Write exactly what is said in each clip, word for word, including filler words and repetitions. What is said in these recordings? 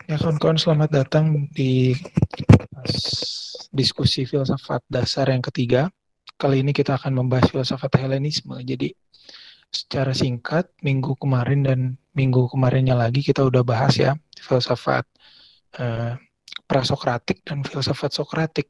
Ya kawan-kawan, selamat datang di diskusi filsafat dasar yang ketiga. Kali ini kita akan membahas filsafat Helenisme. Jadi secara singkat, minggu kemarin dan minggu kemarinnya lagi kita udah bahas ya filsafat eh, prasokratik dan filsafat sokratik.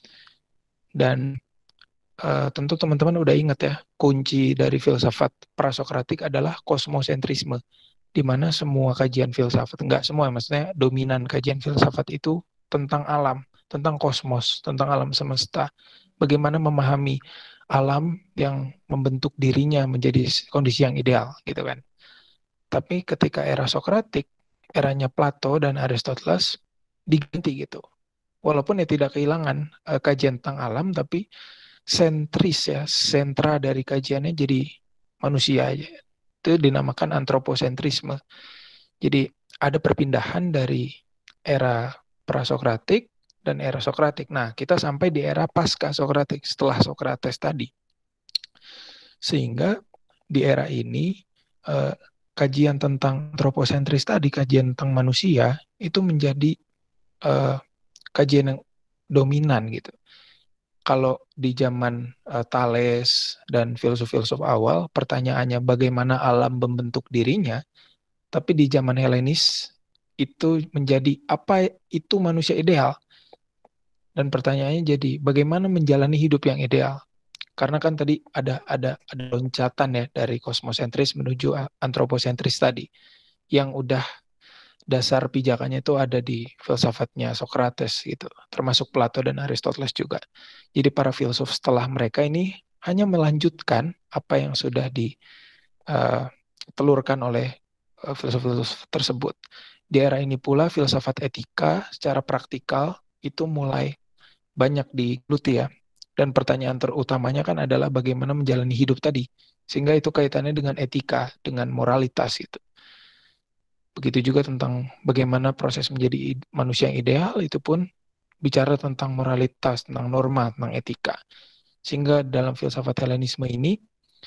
Dan eh, tentu teman-teman udah ingat ya, kunci dari filsafat prasokratik adalah kosmosentrisme, di mana semua kajian filsafat, enggak semua, maksudnya dominan kajian filsafat itu tentang alam, tentang kosmos, tentang alam semesta. Bagaimana memahami alam yang membentuk dirinya menjadi kondisi yang ideal, gitu kan. Tapi ketika era Sokratik, eranya Plato dan Aristoteles diganti gitu. Walaupun ya tidak kehilangan uh, kajian tentang alam, tapi sentris ya, sentra dari kajiannya jadi manusia aja. Itu dinamakan antroposentrisme. Jadi ada perpindahan dari era prasokratik dan era Sokratik. Nah, kita sampai di era pasca Sokratik setelah Sokrates tadi. Sehingga di era ini eh, kajian tentang antroposentris tadi, kajian tentang manusia itu menjadi eh, kajian yang dominan gitu. Kalau di zaman uh, Thales dan filsuf-filsuf awal, pertanyaannya bagaimana alam membentuk dirinya, tapi di zaman Helenis itu menjadi apa itu manusia ideal? Dan pertanyaannya jadi bagaimana menjalani hidup yang ideal? Karena kan tadi ada ada ada loncatan ya dari kosmosentris menuju antroposentris tadi, yang udah dasar pijakannya itu ada di filsafatnya Socrates gitu, termasuk Plato dan Aristoteles juga. Jadi para filsuf setelah mereka ini hanya melanjutkan apa yang sudah ditelurkan uh, oleh uh, filsuf-filsuf tersebut. Di era ini pula filsafat etika secara praktikal itu mulai banyak digeluti ya. Dan pertanyaan terutamanya kan adalah bagaimana menjalani hidup tadi. Sehingga itu kaitannya dengan etika, dengan moralitas itu. Begitu juga tentang bagaimana proses menjadi manusia yang ideal, itu pun bicara tentang moralitas, tentang norma, tentang etika. Sehingga dalam filsafat Helenisme ini,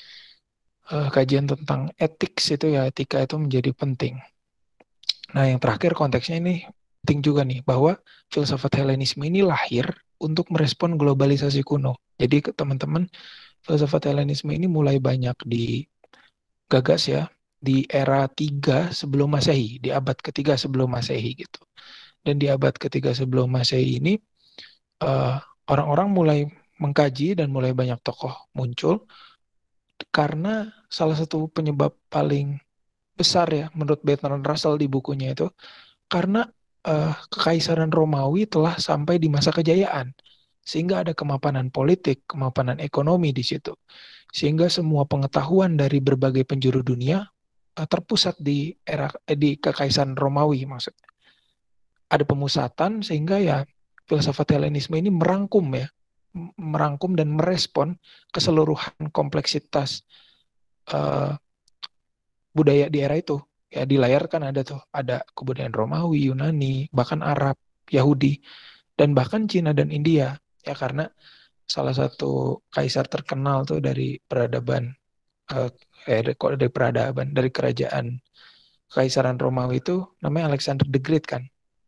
eh, kajian tentang etik itu ya, etika itu menjadi penting. Nah, yang terakhir konteksnya ini penting juga nih, bahwa filsafat Helenisme ini lahir untuk merespon globalisasi kuno. Jadi teman-teman, filsafat Helenisme ini mulai banyak digagas ya di era tiga sebelum Masehi, di abad ketiga sebelum Masehi gitu. Dan di abad ketiga sebelum Masehi ini uh, orang-orang mulai mengkaji dan mulai banyak tokoh muncul karena salah satu penyebab paling besar ya menurut Bertrand Russell di bukunya itu karena uh, kekaisaran Romawi telah sampai di masa kejayaan, sehingga ada kemapanan politik, kemapanan ekonomi di situ, sehingga semua pengetahuan dari berbagai penjuru dunia uh, terpusat di era eh, di kekaisaran Romawi maksudnya. Ada pemusatan sehingga ya filsafat Helenisme ini merangkum ya, merangkum dan merespon keseluruhan kompleksitas uh, budaya di era itu. Ya di layar kan ada tuh, ada kebudayaan Romawi, Yunani, bahkan Arab, Yahudi, dan bahkan Cina dan India. Ya karena salah satu kaisar terkenal tuh dari peradaban, uh, eh kok dari peradaban, dari kerajaan Kaisaran Romawi itu namanya Alexander the Great kan.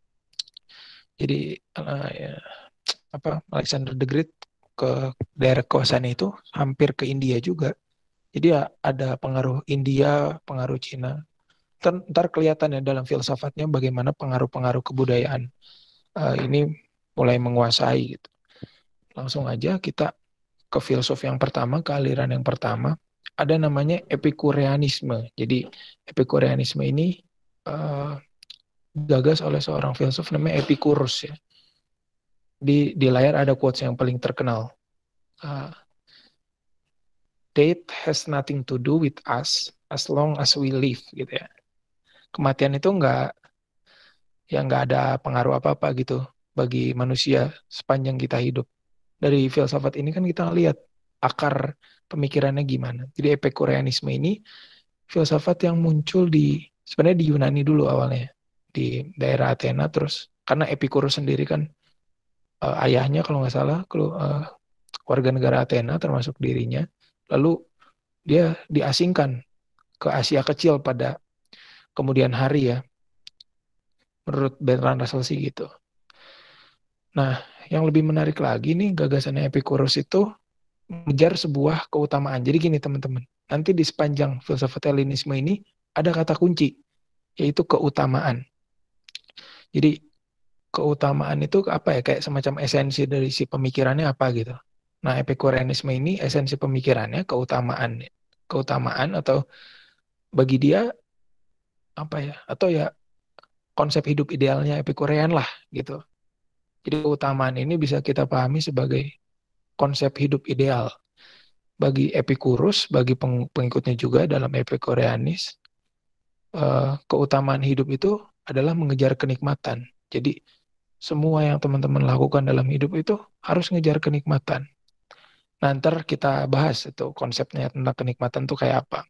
Jadi uh, ya, apa Alexander the Great ke daerah kawasan itu hampir ke India juga. Jadi ya ada pengaruh India, pengaruh Cina. Ntar, ntar kelihatan ya dalam filsafatnya bagaimana pengaruh-pengaruh kebudayaan uh, ini mulai menguasai gitu. Langsung aja kita ke filsuf yang pertama, ke aliran yang pertama. Ada namanya Epikureanisme. Jadi Epikureanisme ini uh, digagas oleh seorang filsuf namanya Epicurus ya. Di di layar ada quotes yang paling terkenal. Uh, Death has nothing to do with us as long as we live gitu ya. Kematian itu nggak ya nggak ada pengaruh apa-apa gitu bagi manusia sepanjang kita hidup. Dari filsafat ini kan kita lihat akar pemikirannya gimana. Jadi Epikureanisme ini filsafat yang muncul di sebenarnya di Yunani dulu awalnya, di daerah Athena, terus karena Epicurus sendiri kan uh, ayahnya kalau nggak salah kalau uh, warga negara Athena termasuk dirinya, lalu dia diasingkan ke Asia Kecil pada kemudian hari ya, Menurut Bertrand Russell sih gitu. Nah, yang lebih menarik lagi nih gagasannya Epicurus itu mengejar sebuah keutamaan. Jadi gini teman-teman, nanti di sepanjang filsafat Helenisme ini ada kata kunci, yaitu keutamaan. Jadi keutamaan itu apa ya, kayak semacam esensi dari si pemikirannya apa gitu. Nah, Epikureanisme ini esensi pemikirannya keutamaan. Keutamaan atau bagi dia apa ya, atau ya konsep hidup idealnya Epikurean lah gitu. Jadi keutamaan ini bisa kita pahami sebagai konsep hidup ideal. Bagi Epikurus, bagi pengikutnya juga dalam Epikureanis, eh, keutamaan hidup itu adalah mengejar kenikmatan. Jadi semua yang teman-teman lakukan dalam hidup itu harus ngejar kenikmatan. Nah, ntar kita bahas itu konsepnya tentang kenikmatan tuh kayak apa.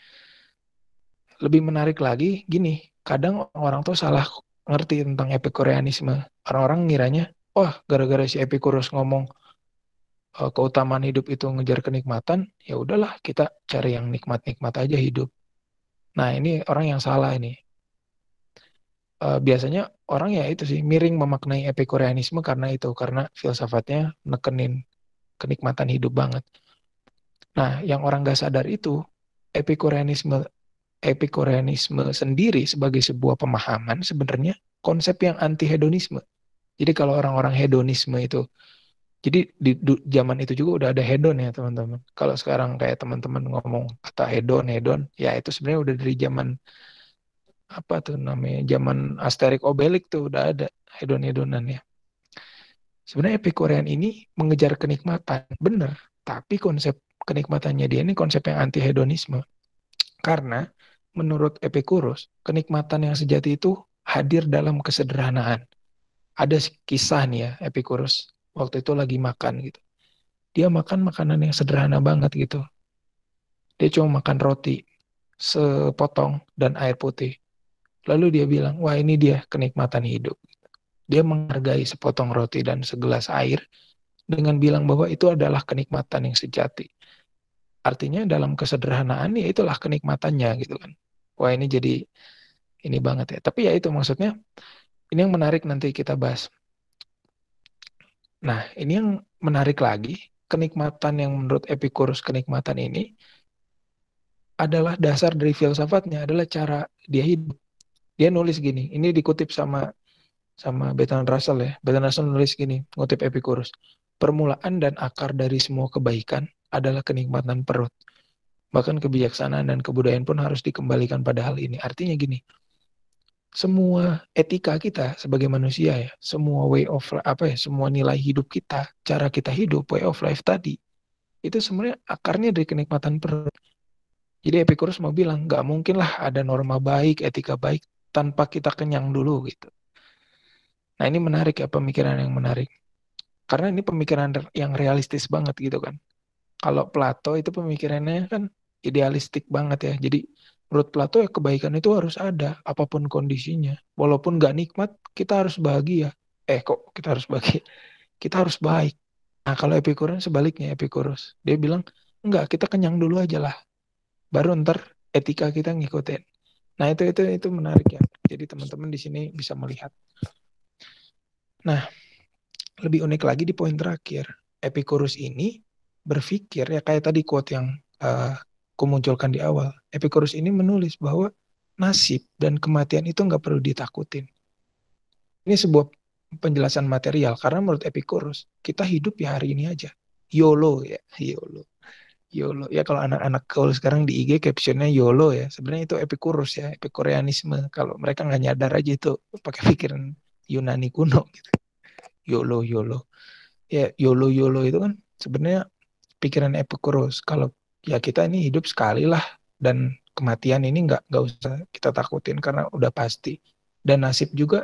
Lebih menarik lagi, gini, kadang orang tuh salah ngerti tentang Epikureanisme. Orang-orang ngiranya, wah gara-gara si Epikurus ngomong eh, keutamaan hidup itu ngejar kenikmatan, ya udahlah kita cari yang nikmat-nikmat aja hidup. Nah, ini orang yang salah ini. Eh, biasanya orang ya itu sih miring memaknai Epikureanisme karena itu, karena filsafatnya nekenin kenikmatan hidup banget. Nah, yang orang gak sadar itu, Epikureanisme Epikureanisme sendiri sebagai sebuah pemahaman sebenarnya konsep yang anti hedonisme. Jadi kalau orang-orang hedonisme itu, jadi di du- zaman itu juga udah ada hedon ya teman-teman. Kalau sekarang kayak teman-teman ngomong kata hedon, hedon, ya itu sebenarnya udah dari zaman apa tuh namanya, zaman Asterix Obelix tuh udah ada hedon-hedonan ya. Sebenarnya Epikurean ini mengejar kenikmatan, bener. Tapi konsep kenikmatannya dia ini konsep yang anti hedonisme. Karena menurut Epicurus, kenikmatan yang sejati itu hadir dalam kesederhanaan. Ada kisah nih ya, Epicurus waktu itu lagi makan gitu. Dia makan makanan yang sederhana banget gitu. Dia cuma makan roti sepotong dan air putih. Lalu dia bilang, wah ini dia kenikmatan hidup. Dia menghargai sepotong roti dan segelas air dengan bilang bahwa itu adalah kenikmatan yang sejati. Artinya dalam kesederhanaan ya itulah kenikmatannya gitu kan. Wah ini jadi ini banget ya. Tapi ya itu maksudnya, ini yang menarik nanti kita bahas. Nah, ini yang menarik lagi, kenikmatan yang menurut Epicurus kenikmatan ini adalah dasar dari filsafatnya, adalah cara dia hidup. Dia nulis gini, ini dikutip sama sama Bertrand Russell ya. Bertrand Russell nulis gini, ngutip Epicurus. Permulaan dan akar dari semua kebaikan adalah kenikmatan perut. Bahkan kebijaksanaan dan kebudayaan pun harus dikembalikan pada hal ini. Artinya gini, semua etika kita sebagai manusia ya, semua way of apa ya, semua nilai hidup kita, cara kita hidup, way of life tadi, itu sebenarnya akarnya dari kenikmatan perut. Jadi Epicurus mau bilang, nggak mungkin lah ada norma baik, etika baik tanpa kita kenyang dulu gitu. Nah ini menarik ya, pemikiran yang menarik. Karena ini pemikiran yang realistis banget gitu kan. Kalau Plato itu pemikirannya kan idealistik banget ya. Jadi menurut Plato ya kebaikan itu harus ada apapun kondisinya. Walaupun nggak nikmat, kita harus bahagia. Eh kok kita harus bahagia? Kita harus baik. Nah kalau Epicurus sebaliknya, Epicurus. Dia bilang, enggak, kita kenyang dulu aja lah. Baru ntar etika kita ngikutin. Nah itu itu itu menarik ya. Jadi teman-teman di sini bisa melihat. Nah lebih unik lagi di poin terakhir. Epicurus ini berpikir ya kayak tadi quote yang uh, kumunculkan di awal. Epicurus ini menulis bahwa nasib dan kematian itu nggak perlu ditakutin. Ini sebuah penjelasan material karena menurut Epicurus kita hidup ya hari ini aja. YOLO ya, YOLO. YOLO. Ya kalau anak-anak kalau sekarang di I G captionnya YOLO ya. Sebenarnya itu Epicurus ya, Epikureanisme. Kalau mereka nggak nyadar aja itu pakai pikiran Yunani kuno gitu. YOLO, YOLO. Ya YOLO, YOLO itu kan sebenarnya pikiran Epicurus. Kalau ya kita ini hidup sekali lah dan kematian ini nggak nggak usah kita takutin karena udah pasti. Dan nasib juga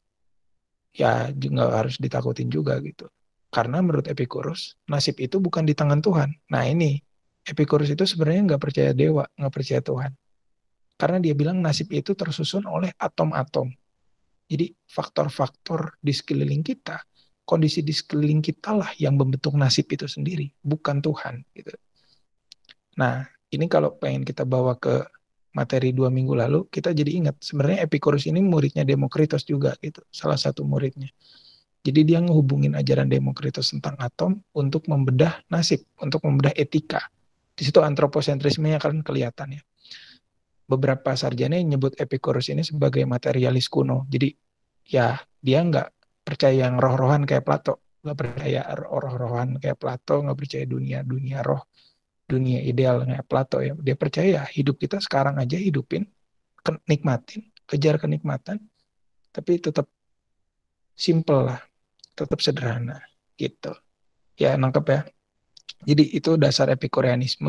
ya nggak harus ditakutin juga gitu. Karena menurut Epicurus, nasib itu bukan di tangan Tuhan. Nah ini, Epicurus itu sebenarnya nggak percaya dewa, nggak percaya Tuhan. Karena dia bilang nasib itu tersusun oleh atom-atom. Jadi faktor-faktor di sekeliling kita, kondisi di sekeliling kita lah yang membentuk nasib itu sendiri, bukan Tuhan. Gitu. Nah, ini kalau pengen kita bawa ke materi dua minggu lalu, kita jadi ingat sebenarnya Epicurus ini muridnya Demokritos juga gitu, salah satu muridnya. Jadi dia ngehubungin ajaran Demokritos tentang atom untuk membedah nasib, untuk membedah etika. Di situ antroposentrismenya kan kelihatan ya. Beberapa sarjana yang nyebut Epicurus ini sebagai materialis kuno. Jadi ya dia nggak percaya yang roh-rohan kayak Plato, nggak percaya roh-rohan kayak Plato, nggak percaya dunia-dunia roh, dunia ideal kayak Plato ya. Dia percaya ya, hidup kita sekarang aja hidupin, nikmatin, kejar kenikmatan, tapi tetap simple lah, tetap sederhana gitu. Ya nangkep ya. Jadi itu dasar Epikureanisme.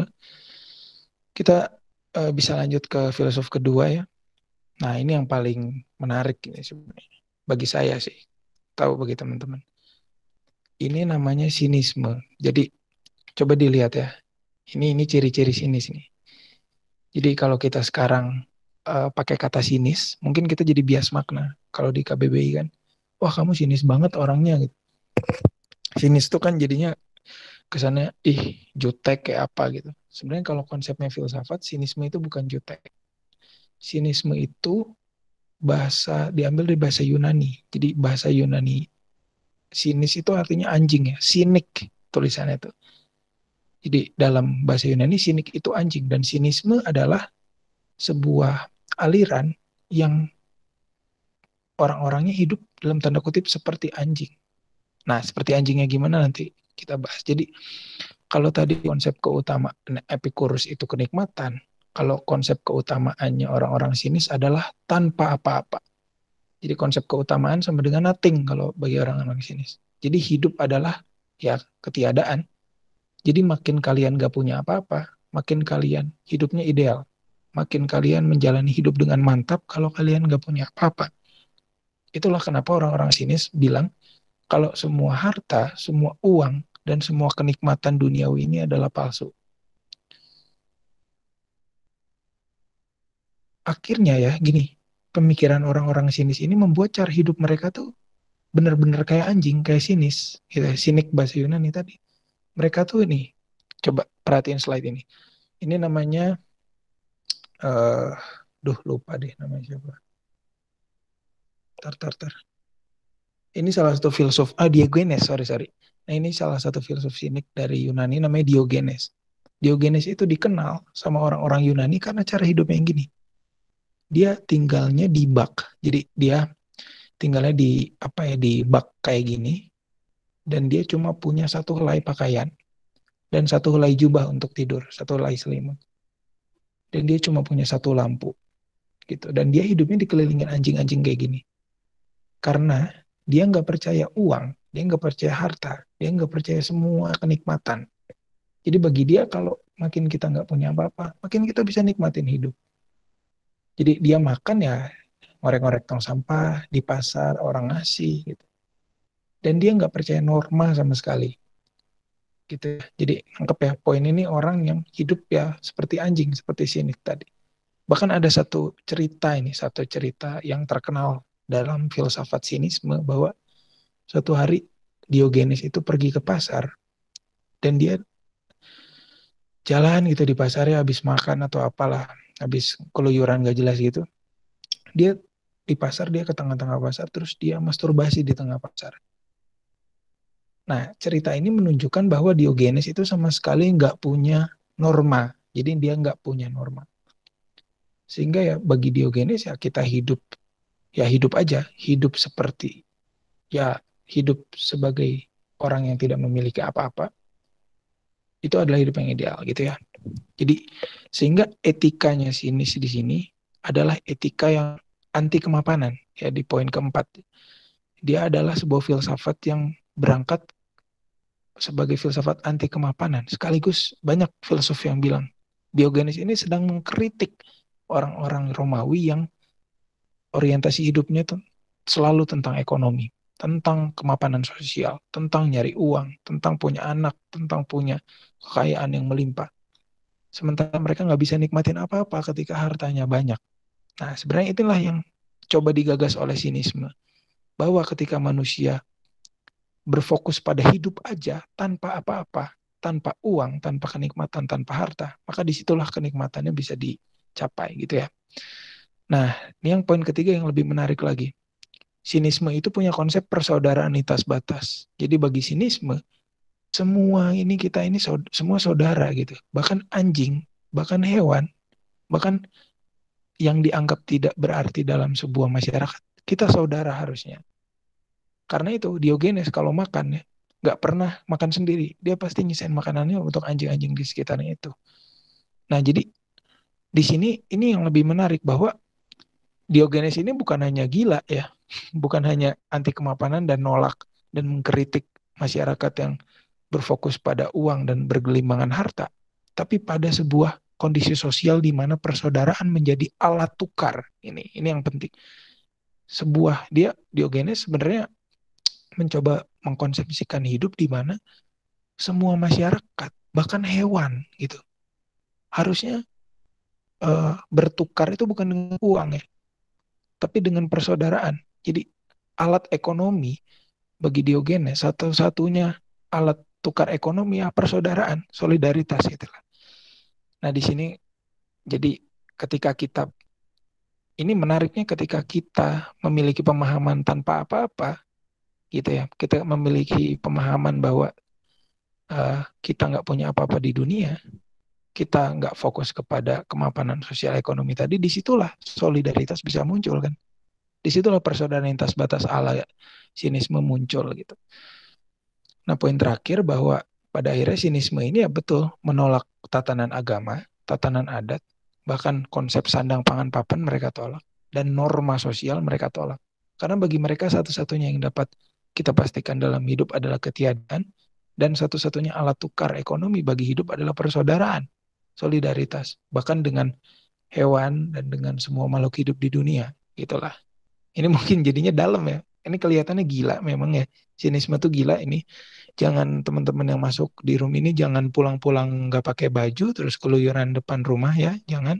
Kita uh, bisa lanjut ke filsuf kedua ya. Nah ini yang paling menarik ini sebenarnya bagi saya sih. Tahu bagi teman-teman. Ini namanya sinisme. Jadi coba dilihat ya. Ini ini ciri-ciri sinis nih. Jadi kalau kita sekarang uh, pakai kata sinis, mungkin kita jadi bias makna. Kalau di K B B I kan, wah kamu sinis banget orangnya gitu. Sinis tuh kan jadinya kesannya ih jutek kayak apa gitu. Sebenarnya kalau konsepnya filsafat, sinisme itu bukan jutek. Sinisme itu bahasa diambil dari bahasa Yunani. Jadi bahasa Yunani sinis itu artinya anjing ya, sinik tulisannya itu. Jadi dalam bahasa Yunani sinik itu anjing dan sinisme adalah sebuah aliran yang orang-orangnya hidup dalam tanda kutip seperti anjing. Nah, seperti anjingnya gimana nanti kita bahas. Jadi kalau tadi konsep keutamaan Epicurus itu kenikmatan, kalau konsep keutamaannya orang-orang sinis adalah tanpa apa-apa. Jadi konsep keutamaan sama dengan nothing kalau bagi orang-orang sinis. Jadi hidup adalah ya ketiadaan. Jadi makin kalian gak punya apa-apa, makin kalian hidupnya ideal. Makin kalian menjalani hidup dengan mantap kalau kalian gak punya apa-apa. Itulah kenapa orang-orang sinis bilang kalau semua harta, semua uang, dan semua kenikmatan duniawi ini adalah palsu. Akhirnya ya gini, pemikiran orang-orang sinis ini membuat cara hidup mereka tuh benar-benar kayak anjing, kayak sinis. Gitu, sinik bahasa Yunani tadi. Mereka tuh ini, coba perhatiin slide ini. Ini namanya, uh, duh lupa deh namanya siapa. Tar, tar, tar. Ini salah satu filsuf, ah Diogenes, sorry, sorry. Nah ini salah satu filsuf sinik dari Yunani namanya Diogenes. Diogenes itu dikenal sama orang-orang Yunani karena cara hidupnya yang gini. Dia tinggalnya di bak. Jadi dia tinggalnya di apa ya di bak kayak gini dan dia cuma punya satu helai pakaian dan satu helai jubah untuk tidur, satu helai selimut. Dan dia cuma punya satu lampu gitu. Dan dia hidupnya dikelilingin anjing-anjing kayak gini. Karena dia nggak percaya uang, dia nggak percaya harta, dia nggak percaya semua kenikmatan. Jadi bagi dia kalau makin kita nggak punya apa-apa, makin kita bisa nikmatin hidup. Jadi dia makan ya ngorek-ngorek tong sampah di pasar orang ngasih gitu. Dan dia nggak percaya norma sama sekali. Gitu. Jadi anggap ya poin ini orang yang hidup ya seperti anjing, seperti sinik tadi. Bahkan ada satu cerita ini, satu cerita yang terkenal dalam filsafat sinisme bahwa suatu hari Diogenes itu pergi ke pasar dan dia jalan gitu di pasarnya habis makan atau apalah, habis keluyuran gak jelas gitu. Dia di pasar, dia ke tengah-tengah pasar, terus dia masturbasi di tengah pasar. Nah, cerita ini menunjukkan bahwa Diogenes itu sama sekali nggak punya norma. Jadi dia nggak punya norma. Sehingga ya bagi Diogenes ya kita hidup, ya hidup aja. Hidup seperti, ya hidup sebagai orang yang tidak memiliki apa-apa. Itu adalah hidup yang ideal gitu ya. Jadi sehingga etikanya sinis di sini adalah etika yang anti kemapanan. Ya di poin keempat. Dia adalah sebuah filsafat yang berangkat sebagai filsafat anti kemapanan. Sekaligus banyak filsuf yang bilang Diogenes ini sedang mengkritik orang-orang Romawi yang orientasi hidupnya tuh selalu tentang ekonomi, tentang kemapanan sosial, tentang nyari uang, tentang punya anak, tentang punya kekayaan yang melimpah. Sementara mereka nggak bisa nikmatin apa-apa ketika hartanya banyak. Nah, sebenarnya itulah yang coba digagas oleh sinisme. Bahwa ketika manusia berfokus pada hidup aja tanpa apa-apa, tanpa uang, tanpa kenikmatan, tanpa harta, maka disitulah kenikmatannya bisa di capai gitu ya. Nah, ini yang poin ketiga yang lebih menarik lagi. Sinisme itu punya konsep persaudaraan lintas batas. Jadi bagi sinisme, semua ini kita ini saud- semua saudara gitu. Bahkan anjing, bahkan hewan, bahkan yang dianggap tidak berarti dalam sebuah masyarakat, kita saudara harusnya. Karena itu Diogenes kalau makan ya, nggak pernah makan sendiri. Dia pasti nyisain makanannya untuk anjing-anjing di sekitarnya itu. Nah, jadi di sini ini yang lebih menarik bahwa Diogenes ini bukan hanya gila ya, bukan hanya anti kemapanan dan nolak dan mengkritik masyarakat yang berfokus pada uang dan bergelimbangan harta, tapi pada sebuah kondisi sosial di mana persaudaraan menjadi alat tukar. Ini ini yang penting. Sebuah dia Diogenes sebenarnya mencoba mengkonsepsikan hidup di mana semua masyarakat, bahkan hewan gitu, harusnya uh, bertukar itu bukan dengan uang ya, tapi dengan persaudaraan. Jadi alat ekonomi bagi Diogenes satu-satunya alat tukar ekonomi ya persaudaraan, solidaritas gitu. Nah di sini jadi ketika kita ini menariknya ketika kita memiliki pemahaman tanpa apa-apa gitu ya, kita memiliki pemahaman bahwa uh, kita nggak punya apa-apa di dunia, kita nggak fokus kepada kemapanan sosial ekonomi tadi, disitulah solidaritas bisa muncul kan. Disitulah persaudaraan lintas batas ala sinisme muncul gitu. Nah poin terakhir bahwa pada akhirnya sinisme ini ya betul menolak tatanan agama, tatanan adat, bahkan konsep sandang pangan papan mereka tolak, dan norma sosial mereka tolak. Karena bagi mereka satu-satunya yang dapat kita pastikan dalam hidup adalah ketiadaan, dan satu-satunya alat tukar ekonomi bagi hidup adalah persaudaraan, solidaritas, bahkan dengan hewan dan dengan semua makhluk hidup di dunia. Gitulah. Ini mungkin jadinya dalam ya. Ini kelihatannya gila memang ya. Sinisme tuh gila ini. Jangan teman-teman yang masuk di room ini jangan pulang-pulang nggak pakai baju terus keluyuran depan rumah ya. Jangan.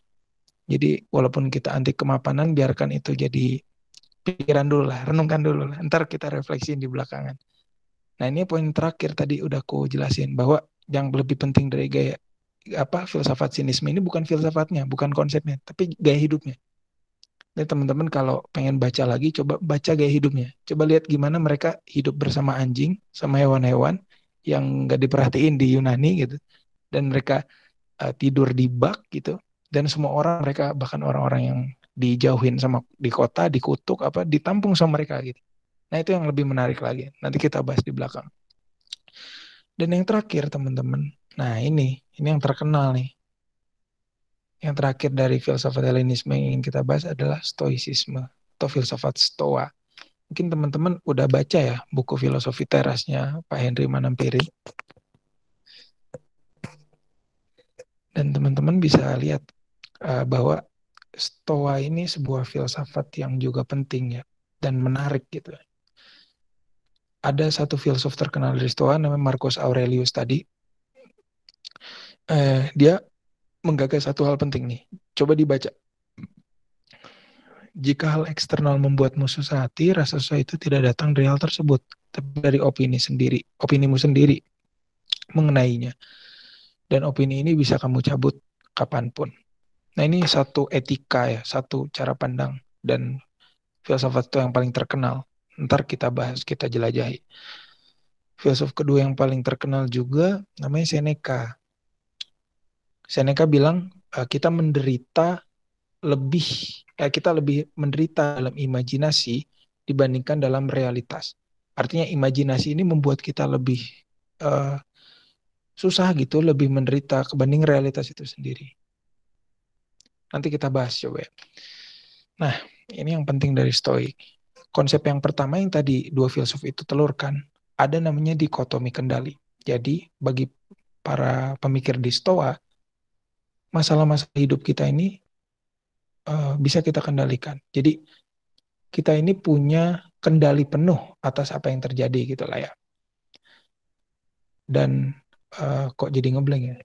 Jadi walaupun kita anti kemapanan biarkan itu jadi pikiran dulu lah, renungkan dulu lah. Ntar kita refleksiin di belakangan. Nah ini poin terakhir tadi udah aku jelasin bahwa yang lebih penting dari gaya apa filsafat sinisme ini bukan filsafatnya, bukan konsepnya, tapi gaya hidupnya. Jadi teman-teman kalau pengen baca lagi, coba baca gaya hidupnya. Coba lihat gimana mereka hidup bersama anjing, sama hewan-hewan yang nggak diperhatiin di Yunani gitu. Dan mereka uh, tidur di bak gitu. Dan semua orang, mereka bahkan orang-orang yang dijauhin sama di kota, dikutuk, apa ditampung sama mereka gitu. Nah itu yang lebih menarik lagi. Nanti kita bahas di belakang. Dan yang terakhir teman-teman, nah ini, ini yang terkenal nih. Yang terakhir dari filsafat Helenisme yang ingin kita bahas adalah Stoicisme atau filsafat Stoa. Mungkin teman-teman udah baca ya buku Filosofi Terasnya Pak Henry Manampiri. Dan teman-teman bisa lihat uh, bahwa Stoa ini sebuah filsafat yang juga penting ya dan menarik gitu. Ada satu filsuf terkenal dari Stoa namanya Marcus Aurelius tadi. Eh, dia menggagas satu hal penting nih. Coba dibaca. Jika hal eksternal membuatmu susah hati, rasa susah itu tidak datang dari hal tersebut, tapi dari opini sendiri, opinimu sendiri mengenainya. Dan opini ini bisa kamu cabut kapanpun. Nah ini satu etika ya, satu cara pandang dan filsafat itu yang paling terkenal. Ntar kita bahas, kita jelajahi. Filsuf kedua yang paling terkenal juga namanya Seneca. Seneca bilang kita menderita lebih, eh, kita lebih menderita dalam imajinasi dibandingkan dalam realitas. Artinya imajinasi ini membuat kita lebih uh, susah gitu, lebih menderita kebanding realitas itu sendiri. Nanti kita bahas coba ya. Nah, ini yang penting dari Stoik. Konsep yang pertama yang tadi dua filsuf itu telurkan, ada namanya dikotomi kendali. Jadi, bagi para pemikir di Stoa, masalah-masalah hidup kita ini uh, bisa kita kendalikan. Jadi, kita ini punya kendali penuh atas apa yang terjadi gitu lah ya. Dan uh, kok jadi ngeblank ya?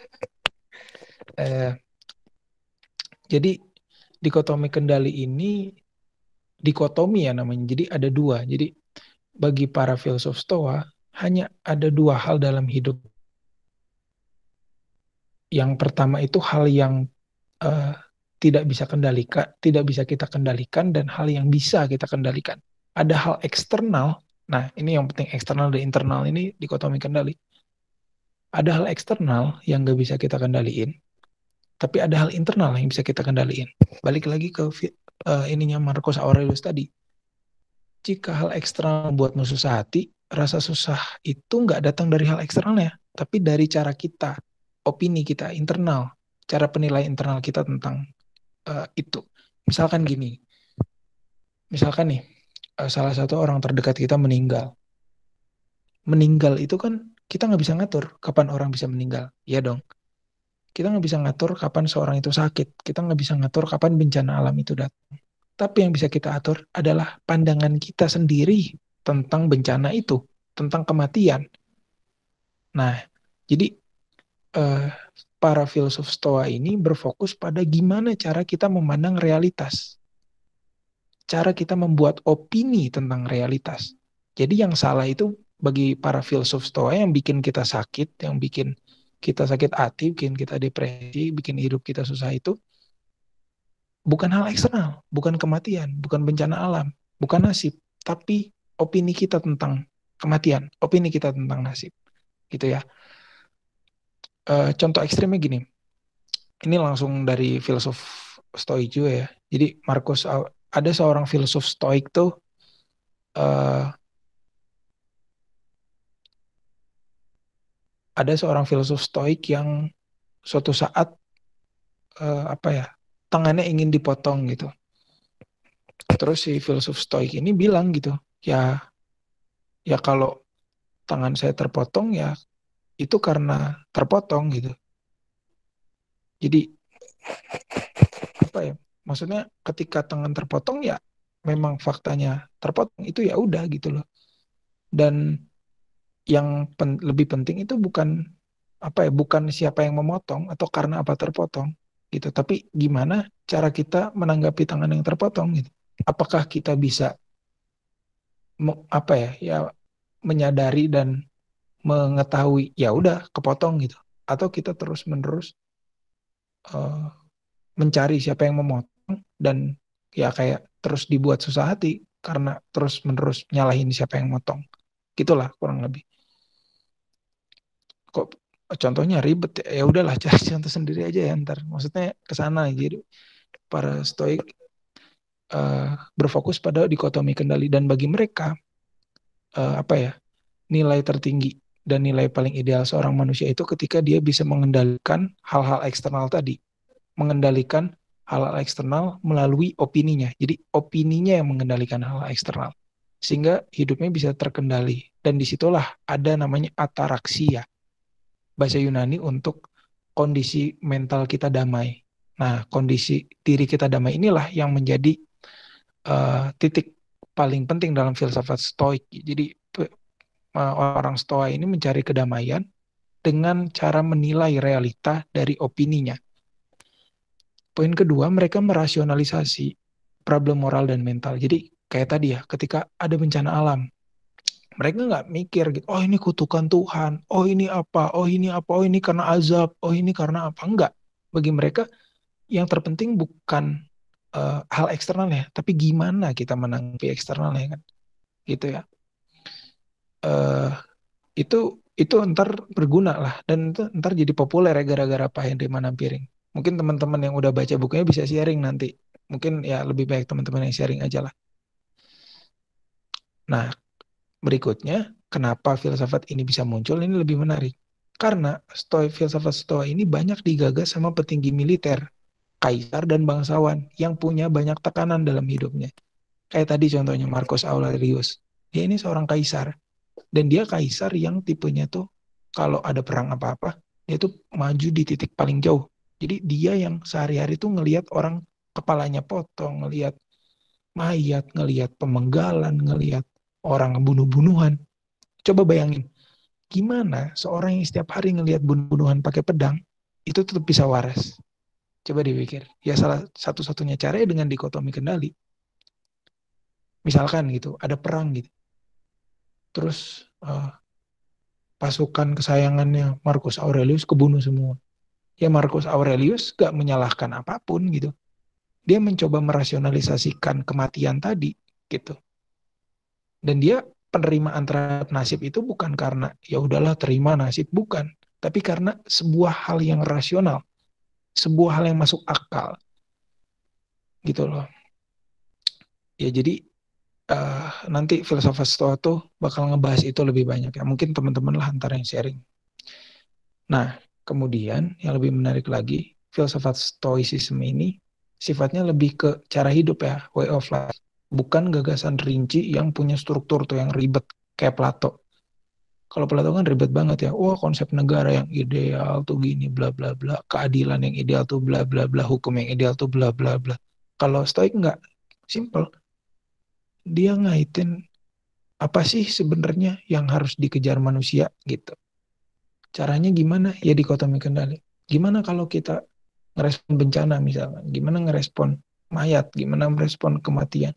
Uh, jadi, dikotomi kendali ini dikotomi ya namanya. Jadi ada dua. Jadi bagi para filsuf Stoa hanya ada dua hal dalam hidup. Yang pertama itu hal yang uh, tidak bisa kendalikan, tidak bisa kita kendalikan dan hal yang bisa kita kendalikan. Ada hal eksternal. Nah, ini yang penting, eksternal dan internal ini dikotomi kendali. Ada hal eksternal yang nggak bisa kita kendaliin, tapi ada hal internal yang bisa kita kendaliin. Balik lagi ke uh, ininya Marcus Aurelius tadi. Jika hal eksternal membuatmu susah hati, rasa susah itu nggak datang dari hal eksternalnya, tapi dari cara kita, opini kita internal, cara penilaian internal kita tentang uh, itu. Misalkan gini, misalkan nih, uh, salah satu orang terdekat kita meninggal. Meninggal itu kan kita nggak bisa ngatur kapan orang bisa meninggal, ya dong. Kita nggak bisa ngatur kapan seorang itu sakit. Kita nggak bisa ngatur kapan bencana alam itu datang. Tapi yang bisa kita atur adalah pandangan kita sendiri tentang bencana itu, tentang kematian. Nah, jadi eh, para filsuf Stoa ini berfokus pada gimana cara kita memandang realitas. Cara kita membuat opini tentang realitas. Jadi yang salah itu bagi para filsuf Stoa yang bikin kita sakit, yang bikin kita sakit hati, bikin kita depresi, bikin hidup kita susah itu bukan hal eksternal, bukan kematian, bukan bencana alam, bukan nasib, tapi opini kita tentang kematian, opini kita tentang nasib, gitu ya. E, contoh ekstrimnya gini, ini langsung dari filsuf Stoik juga ya. Jadi Marcus, ada seorang filsuf Stoik tuh, e, ada seorang filsuf Stoik yang suatu saat e, apa ya, tangannya ingin dipotong gitu. Terus si filsuf Stoik ini bilang gitu, ya, ya kalau tangan saya terpotong ya itu karena terpotong gitu. Jadi apa ya? Maksudnya ketika tangan terpotong ya memang faktanya terpotong itu ya udah gitu loh. Dan yang pen, lebih penting itu bukan apa ya? Bukan siapa yang memotong atau karena apa terpotong gitu. Tapi gimana cara kita menanggapi tangan yang terpotong gitu. Apakah kita bisa apa ya? Ya menyadari dan mengetahui ya udah kepotong gitu atau kita terus-menerus uh, mencari siapa yang memotong dan ya kayak terus dibuat susah hati karena terus-menerus nyalahin siapa yang motong. Gitulah kurang lebih. Kok contohnya ribet ya, ya udahlah cari contoh sendiri aja ya ntar. Maksudnya ke sana jadi para stoik uh, berfokus pada dikotomi kendali dan bagi mereka uh, apa ya? Nilai tertinggi dan nilai paling ideal seorang manusia itu ketika dia bisa mengendalikan hal-hal eksternal tadi. Mengendalikan hal-hal eksternal melalui opininya. Jadi opininya yang mengendalikan hal-hal eksternal. Sehingga hidupnya bisa terkendali. Dan disitulah ada namanya ataraksia. Bahasa Yunani untuk kondisi mental kita damai. Nah, kondisi diri kita damai inilah yang menjadi uh, titik paling penting dalam filsafat stoik. Jadi orang Stoa ini mencari kedamaian dengan cara menilai realita dari opininya. Poin kedua, mereka merasionalisasi problem moral dan mental. Jadi kayak tadi ya, ketika ada bencana alam, mereka nggak mikir gitu, oh ini kutukan Tuhan, oh ini apa, oh ini apa, oh ini karena azab, oh ini karena apa. Enggak. Bagi mereka yang terpenting bukan uh, hal eksternalnya, tapi gimana kita menanggapi eksternalnya kan. Gitu ya. Uh, itu itu ntar berguna lah dan itu ntar jadi populer ya gara-gara Pak Henry Manampiring. Mungkin teman-teman yang udah baca bukunya bisa sharing nanti. Mungkin ya lebih baik teman-teman yang sharing aja lah. Nah, berikutnya kenapa filsafat ini bisa muncul ini lebih menarik. Karena Stoa, filsafat Stoa ini banyak digagas sama petinggi militer, kaisar dan bangsawan yang punya banyak tekanan dalam hidupnya. Kayak tadi contohnya Marcus Aurelius. Dia ini seorang kaisar. Dan dia kaisar yang tipenya tuh kalau ada perang apa-apa, dia tuh maju di titik paling jauh. Jadi dia yang sehari-hari tuh ngelihat orang kepalanya potong, ngelihat mayat, ngelihat pemenggalan, ngelihat orang bunuh-bunuhan. Coba bayangin, gimana seorang yang setiap hari ngelihat bunuh-bunuhan pakai pedang, itu tetap bisa waras. Coba dipikir. Ya salah satu-satunya caranya dengan dikotomi kendali. Misalkan gitu, ada perang gitu. Terus uh, pasukan kesayangannya Marcus Aurelius kebunuh semua. Ya Marcus Aurelius gak menyalahkan apapun gitu. Dia mencoba merasionalisasikan kematian tadi gitu. Dan dia penerimaan terhadap nasib itu bukan karena ya udahlah terima nasib, bukan, tapi karena sebuah hal yang rasional, sebuah hal yang masuk akal gitu loh. Ya jadi uh, nanti filsafat Stoa tuh bakal ngebahas itu lebih banyak ya. Mungkin teman-teman lah antara yang sharing. Nah, kemudian yang lebih menarik lagi, filsafat Stoicism ini sifatnya lebih ke cara hidup ya, way of life. Bukan gagasan rinci yang punya struktur tuh yang ribet kayak Plato. Kalau Plato kan ribet banget ya. Wah, konsep negara yang ideal tuh gini bla bla bla, keadilan yang ideal tuh bla bla bla, hukum yang ideal tuh bla bla bla. Kalau Stoik enggak, simple. Dia ngaitin apa sih sebenarnya yang harus dikejar manusia gitu. Caranya gimana? Ya dikotomi kendali. Gimana kalau kita ngerespon bencana misalnya? Gimana ngerespon mayat? Gimana merespon kematian?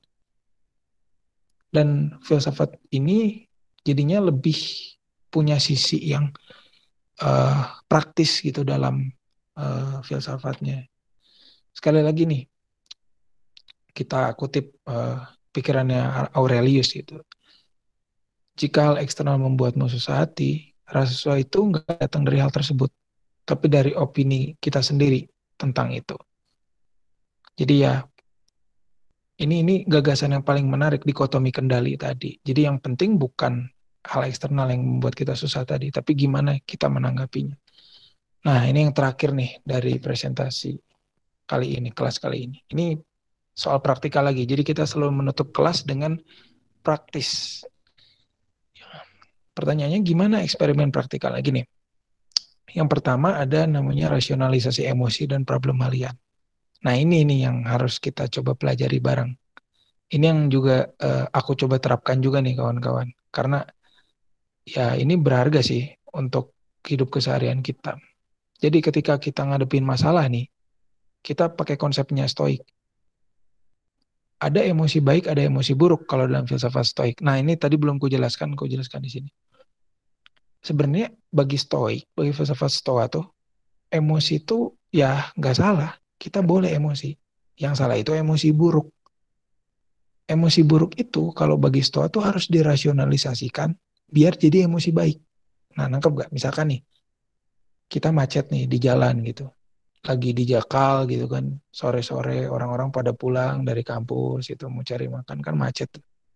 Dan filsafat ini jadinya lebih punya sisi yang uh, praktis gitu dalam uh, filsafatnya. Sekali lagi nih, kita kutip uh, pikirannya Aurelius gitu. Jika hal eksternal membuatmu susah hati, rasa susah itu nggak datang dari hal tersebut, tapi dari opini kita sendiri tentang itu. Jadi ya, ini ini gagasan yang paling menarik dikotomi kendali tadi. Jadi yang penting bukan hal eksternal yang membuat kita susah tadi, tapi gimana kita menanggapinya. Nah, ini yang terakhir nih dari presentasi kali ini, kelas kali ini. Ini soal praktikal lagi. Jadi kita selalu menutup kelas dengan praktis. Pertanyaannya gimana eksperimen praktikal lagi nih? Yang pertama ada namanya rasionalisasi emosi dan problem halian. Nah ini nih yang harus kita coba pelajari bareng. Ini yang juga uh, aku coba terapkan juga nih kawan-kawan. Karena ya ini berharga sih untuk hidup keseharian kita. Jadi ketika kita ngadepin masalah nih, kita pakai konsepnya stoik. Ada emosi baik, ada emosi buruk kalau dalam filsafat stoik. Nah ini tadi belum kujelaskan, kujelaskan di sini. Sebenarnya bagi stoik, bagi filsafat stoa tuh, emosi itu ya nggak salah. Kita boleh emosi. Yang salah itu emosi buruk. Emosi buruk itu kalau bagi stoa tuh harus dirasionalisasikan biar jadi emosi baik. Nah, nangkep gak? Misalkan nih, kita macet nih di jalan gitu. Lagi di Jakal gitu kan, sore-sore orang-orang pada pulang dari kampus itu mau cari makan kan macet.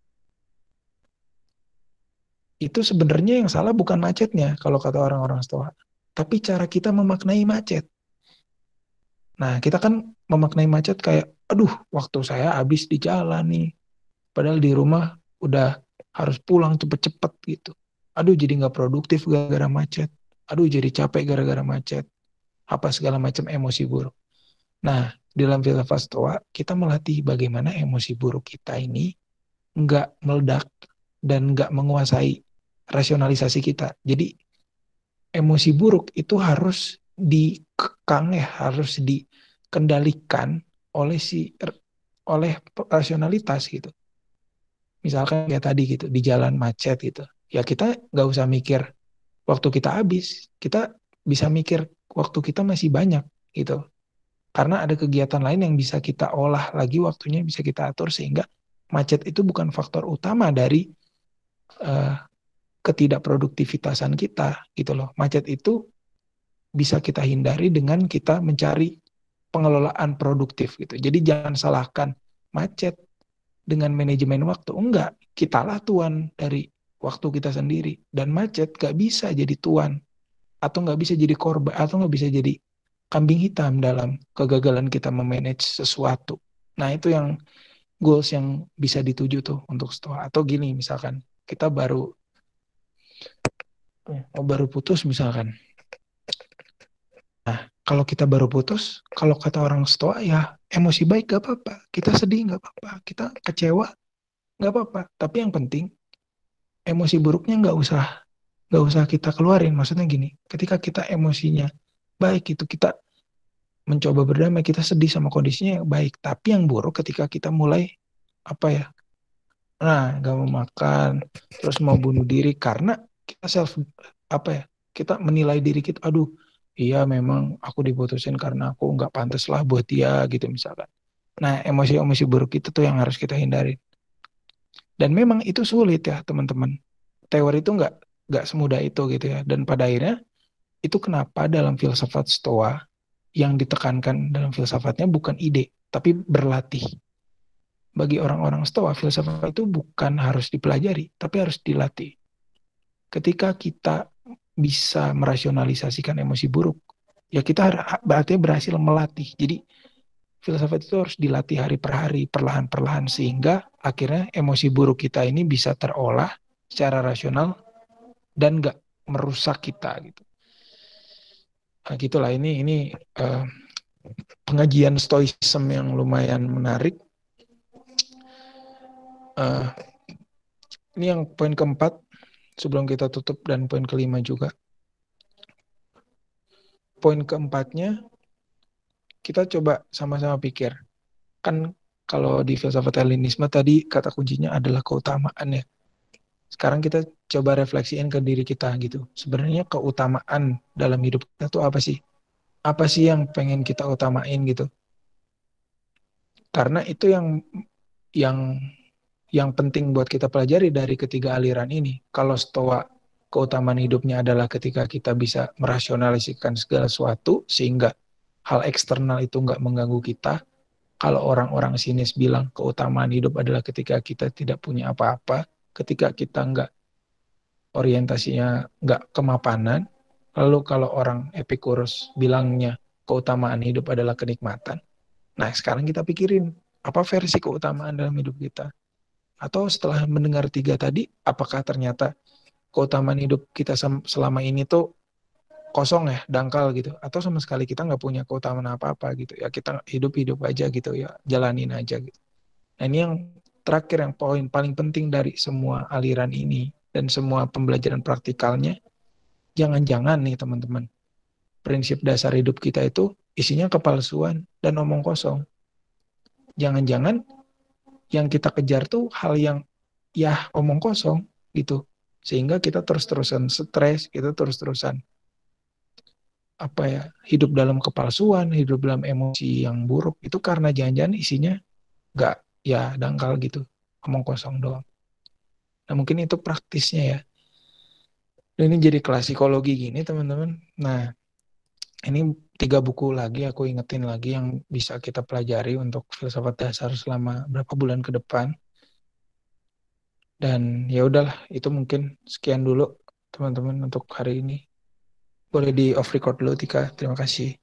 Itu sebenarnya yang salah bukan macetnya kalau kata orang-orang stoa, tapi cara kita memaknai macet. Nah, kita kan memaknai macet kayak, aduh, waktu saya habis di jalan nih. Padahal di rumah udah harus pulang cepet-cepet gitu. Aduh, jadi nggak produktif gara-gara macet. Aduh, jadi capek gara-gara macet. Apa segala macam emosi buruk. Nah, di dalam filsafat Stoa, kita melatih bagaimana emosi buruk kita ini nggak meledak dan nggak menguasai rasionalisasi kita. Jadi, emosi buruk itu harus dikekang ya, harus dikendalikan oleh si oleh rasionalitas gitu. Misalkan kayak tadi gitu, di jalan macet gitu. Ya kita nggak usah mikir waktu kita habis, kita bisa mikir waktu kita masih banyak gitu. Karena ada kegiatan lain yang bisa kita olah lagi waktunya, bisa kita atur sehingga macet itu bukan faktor utama dari uh, ketidakproduktivitasan kita gitu loh. Macet itu bisa kita hindari dengan kita mencari pengelolaan produktif gitu. Jadi jangan salahkan macet dengan manajemen waktu. Enggak, kitalah tuan dari waktu kita sendiri. Dan macet gak bisa jadi tuan. Atau gak bisa jadi korban. Atau gak bisa jadi kambing hitam dalam kegagalan kita memanage sesuatu. Nah itu yang goals yang bisa dituju tuh untuk stoa. Atau gini misalkan, kita baru oh, baru putus misalkan. Nah, kalau kita baru putus, kalau kata orang stoa ya emosi baik gak apa-apa. Kita sedih gak apa-apa. Kita kecewa gak apa-apa. Tapi yang penting emosi buruknya nggak usah nggak usah kita keluarin. Maksudnya gini, ketika kita emosinya baik itu kita mencoba berdamai, kita sedih sama kondisinya yang baik. Tapi yang buruk ketika kita mulai apa ya, nah nggak mau makan, terus mau bunuh diri karena kita self apa ya, kita menilai diri kita, aduh iya memang aku diputusin karena aku nggak pantas lah buat dia gitu misalkan. Nah, emosi-emosi buruk itu tuh yang harus kita hindari. Dan memang itu sulit ya teman-teman. Teori itu nggak nggak semudah itu gitu ya. Dan pada akhirnya itu kenapa dalam filsafat Stoa yang ditekankan dalam filsafatnya bukan ide, tapi berlatih. Bagi orang-orang Stoa, filsafat itu bukan harus dipelajari, tapi harus dilatih. Ketika kita bisa merasionalisasikan emosi buruk, ya kita berarti berhasil melatih. Jadi filsafat itu harus dilatih hari per hari, perlahan-perlahan, sehingga akhirnya emosi buruk kita ini bisa terolah secara rasional dan nggak merusak kita gitu. Nah, gitulah ini ini uh, pengajian stoicism yang lumayan menarik. Uh, ini yang poin keempat sebelum kita tutup dan poin kelima juga. Poin keempatnya kita coba sama-sama pikir. Kan kalau di filsafat Helenisme tadi kata kuncinya adalah keutamaan ya. Sekarang kita coba refleksiin ke diri kita gitu. Sebenarnya keutamaan dalam hidup kita tuh apa sih? Apa sih yang pengen kita utamain gitu? Karena itu yang yang yang penting buat kita pelajari dari ketiga aliran ini. Kalau Stoa keutamaan hidupnya adalah ketika kita bisa merasionalisasikan segala sesuatu sehingga hal eksternal itu nggak mengganggu kita. Kalau orang-orang sinis bilang keutamaan hidup adalah ketika kita tidak punya apa-apa, ketika kita nggak orientasinya nggak kemapanan. Lalu kalau orang Epicurus bilangnya keutamaan hidup adalah kenikmatan. Nah sekarang kita pikirin apa versi keutamaan dalam hidup kita. Atau setelah mendengar tiga tadi, apakah ternyata keutamaan hidup kita selama ini tuh kosong ya, dangkal gitu. Atau sama sekali kita nggak punya keutamaan apa-apa gitu. Ya kita hidup-hidup aja gitu ya, jalanin aja gitu. Nah ini yang terakhir, yang poin paling penting dari semua aliran ini dan semua pembelajaran praktikalnya, jangan-jangan nih teman-teman, prinsip dasar hidup kita itu isinya kepalsuan dan omong kosong. Jangan-jangan yang kita kejar tuh hal yang ya omong kosong gitu. Sehingga kita terus-terusan stres, kita terus-terusan apa ya, hidup dalam kepalsuan, hidup dalam emosi yang buruk itu karena jangan-jangan isinya nggak ya dangkal gitu, omong kosong doang. Nah mungkin itu praktisnya ya. Dan ini jadi kelas psikologi gini teman-teman. Nah ini tiga buku lagi aku ingetin lagi yang bisa kita pelajari untuk filsafat dasar selama berapa bulan ke depan. Dan ya udahlah, itu mungkin sekian dulu teman-teman untuk hari ini. Boleh di off record dulu Tika. Terima kasih.